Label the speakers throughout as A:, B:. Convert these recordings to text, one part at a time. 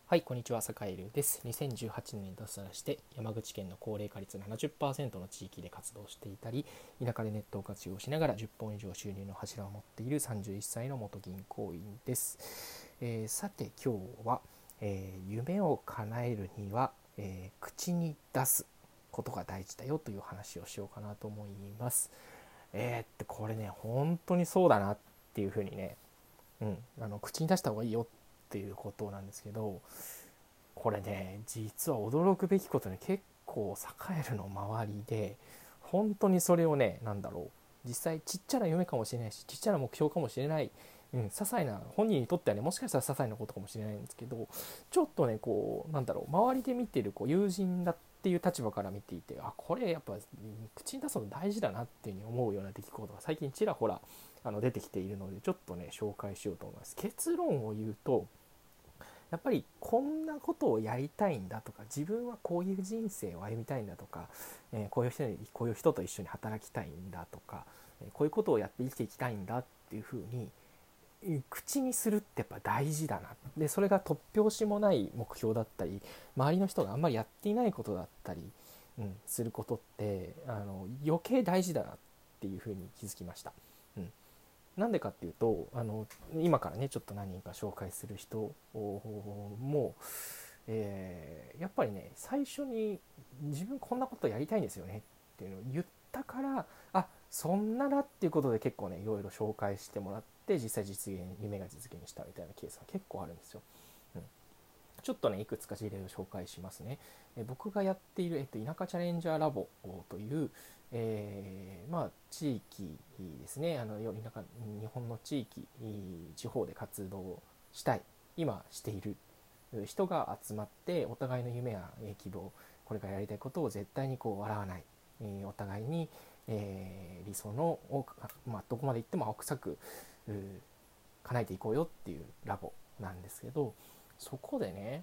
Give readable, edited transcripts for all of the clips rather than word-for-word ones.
A: はい、こんにちは、坂井流です。2018年に脱サラして山口県の高齢化率 70% の地域で活動していたり、田舎でネットを活用しながら10本以上収入の柱を持っている31歳の元銀行員です。さて今日は、夢を叶えるには、口に出すことが大事だよという話をしようかなと思います。これね、本当にそうだなっていうふうにね、口に出した方がいいよっていうことなんですけど、これね実は驚くべきことに結構栄えるの周りで、本当にそれをね、実際ちっちゃな夢かもしれないし、ちっちゃな目標かもしれない、些細な、本人にとってはね、もしかしたら些細なことかもしれないんですけど、ちょっとね周りで見てる友人だっていう立場から見ていて、これやっぱ口に出すの大事だなっていうふうに思うような出来事が最近ちらほら出てきているので、ちょっとね紹介しようと思います。結論を言うと、やっぱりこんなことをやりたいんだとか、自分はこういう人生を歩みたいんだとか、こういう人と一緒に働きたいんだとか、こういうことをやって生きていきたいんだっていうふうに口にするってやっぱ大事だな。でそれが突拍子もない目標だったり、周りの人があんまりやっていないことだったり、することって余計大事だなっていうふうに気づきました。なんでかっていうと、今からねちょっと何人か紹介する人も、やっぱりね最初に自分こんなことやりたいんですよねっていうのを言ったから、そんなだっていうことで結構ねいろいろ紹介してもらって、実際夢が実現したみたいなケースが結構あるんですよ。ちょっとねいくつか事例を紹介しますね。僕がやっている、田舎チャレンジャーラボという、地域ですね、田舎日本の地域地方で活動したい、今している人が集まって、お互いの夢や希望、これからやりたいことを絶対に笑わない、お互いに、理想のどこまで行っても青臭く叶えていこうよっていうラボなんですけど、そこでね、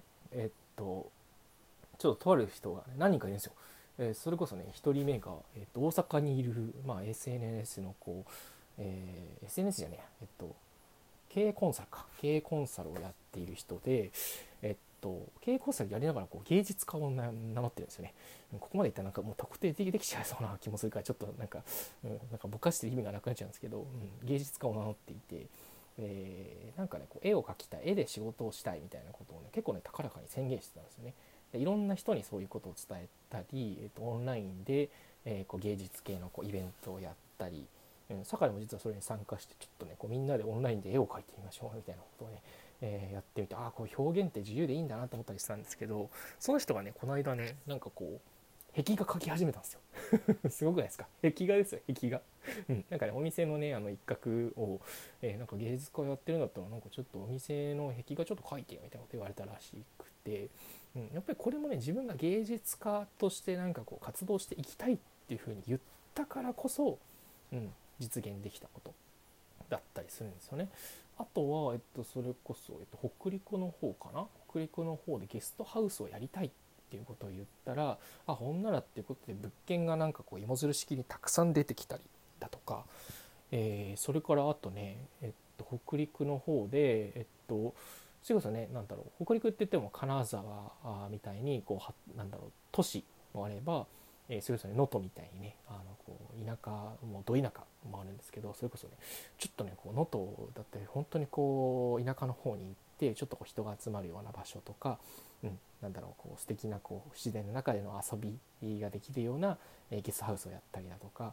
A: ちょっととある人が、何人かいるんですよ。それこそね、1人目が、大阪にいる、SNS のSNS じゃねえや、経営コンサルをやっている人で、経営コンサルやりながら芸術家を名乗ってるんですよね。ここまでいったらもう特定できちゃいそうな気もするから、ちょっとぼかしてる意味がなくなっちゃうんですけど、芸術家を名乗っていて、絵を描きたい、絵で仕事をしたいみたいなことをね結構ね高らかに宣言してたんですよね。でいろんな人にそういうことを伝えたり、オンラインで、芸術系のイベントをやったり、酒井も実はそれに参加して、ちょっとねみんなでオンラインで絵を描いてみましょうみたいなことをね、やってみて、こう表現って自由でいいんだなと思ったりしたんですけど、その人がねこの間ね壁画描き始めたんですよ。すごくないですか？壁画ですよ、壁画。お店のね一角を、芸術家やってるんだったらちょっとお店の壁画ちょっと描いてよみたいなこと言われたらしくて、やっぱりこれもね自分が芸術家として活動していきたいっていうふうに言ったからこそ、実現できたことだったりするんですよね。あとは、それこそ、北陸の方かな、北陸の方でゲストハウスをやりたいっていうことを言ったら、ほんならっていうことで物件が芋づる式にたくさん出てきたりだとか、それからあとね、北陸の方で、それこそね、北陸って言っても金沢みたいに都市もあれば、それこそね能登みたいにね田舎もど田舎もあるんですけど、それこそねちょっとね能登だって本当に田舎の方に行ってちょっと人が集まるような場所とか、素敵な自然の中での遊びができるような、ゲストハウスをやったりだとか、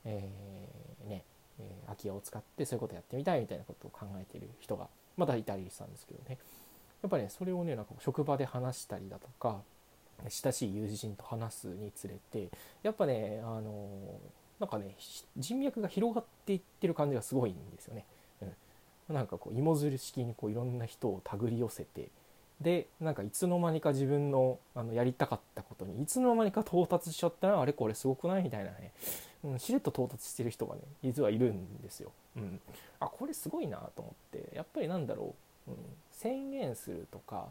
A: 空き家を使ってそういうことやってみたいみたいなことを考えている人がまだいたりしたんですけどね、やっぱりねそれをね職場で話したりだとか、親しい友人と話すにつれて、やっぱね人脈が広がっていってる感じがすごいんですよね。芋づる式にいろんな人を手繰り寄せて、でいつの間にか自分のやりたかったことにいつの間にか到達しちゃったな、あれこれすごくないみたいなね、しれっと到達してる人がね実はいるんですよ。これすごいなと思って、やっぱり宣言するとか、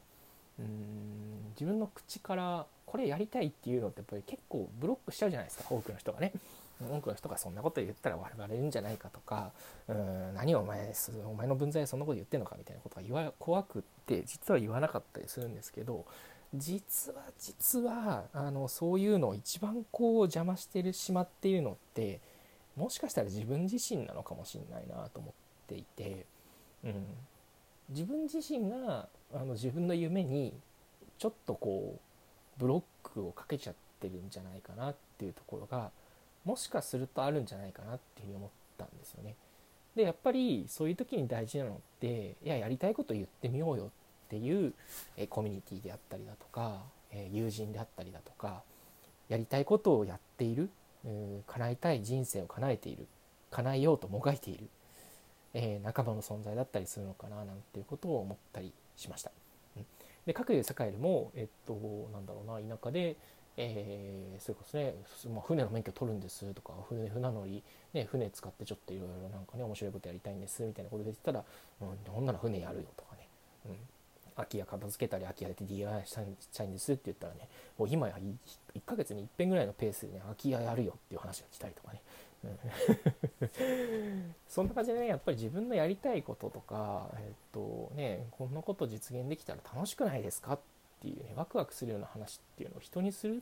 A: 自分の口からこれやりたいっていうのってやっぱり結構ブロックしちゃうじゃないですか、多くの人がね。 多くの人がそんなこと言ったら笑われるんじゃないかとか、何お前の分際でそんなこと言ってんのかみたいなことが怖くって実は言わなかったりするんですけど、実はそういうのを一番邪魔してしまっているのってもしかしたら自分自身なのかもしれないなと思っていて、自分自身が自分の夢にちょっとブロックをかけちゃってるんじゃないかなっていうところがもしかするとあるんじゃないかなっていうふうに思ったんですよね。でやっぱりそういう時に大事なのってやりたいこと言ってみようよっていうコミュニティであったりだとか友人であったりだとか、やりたいことをやっている、叶えたい人生を叶えている、叶えようともがいている、仲間の存在だったりするのかななんていうことを思ったりしました。で各有栄でもなんだろうな、田舎で、それこそね、船の免許取るんですとか、船乗り、ね、船使ってちょっといろいろなんかね面白いことやりたいんですみたいなことで言ってたら、こんなの船やるよとかね、空き家片付けたり空き家で DIY したいんですって言ったらね、もう今や1ヶ月に1遍ぐらいのペースでね空き家やるよっていう話が来たりとかね、そんな感じでね、やっぱり自分のやりたいこととか、こんなこと実現できたら楽しくないですかっていうね、ワクワクするような話っていうのを人にする、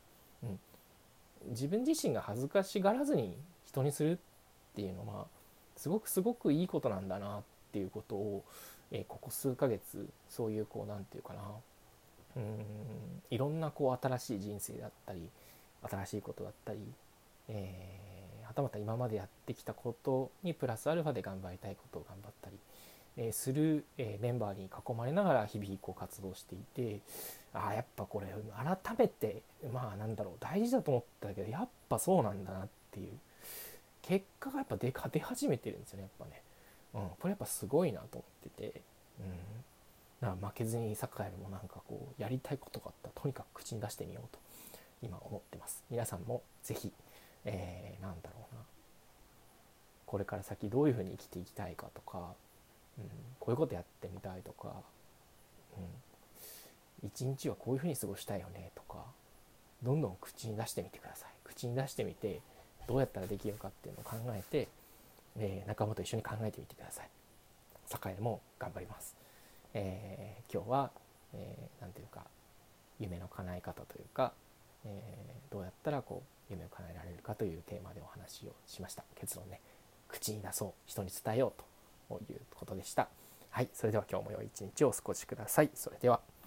A: 自分自身が恥ずかしがらずに人にするっていうのはすごくいいことなんだなっていうことを、ここ数ヶ月そういうなんていうかな、いろんな新しい人生だったり新しいことだったり、はたまた今までやってきたことにプラスアルファで頑張りたいことを頑張ったり、する、メンバーに囲まれながら日々活動していて、やっぱこれ改めて大事だと思ったけどやっぱそうなんだなっていう結果がやっぱ出始めてるんですよね、やっぱね、これやっぱすごいなと思ってて、だから負けずにサッカーよりもやりたいことがあったらとにかく口に出してみようと今思ってます。皆さんもぜひ、これから先どういうふうに生きていきたいかとか、こういうことやってみたいとか、一日はこういうふうに過ごしたいよねとか、どんどん口に出してみてください。口に出してみてどうやったらできるかっていうのを考えて、仲間と一緒に考えてみてください。栄も頑張ります。今日は、なんていうか夢の叶え方というか、どうやったら夢を叶えられるかというテーマでお話をしました。結論ね、口に出そう、人に伝えようということでした。はい、それでは今日も良い一日をお過ごしください。それでは。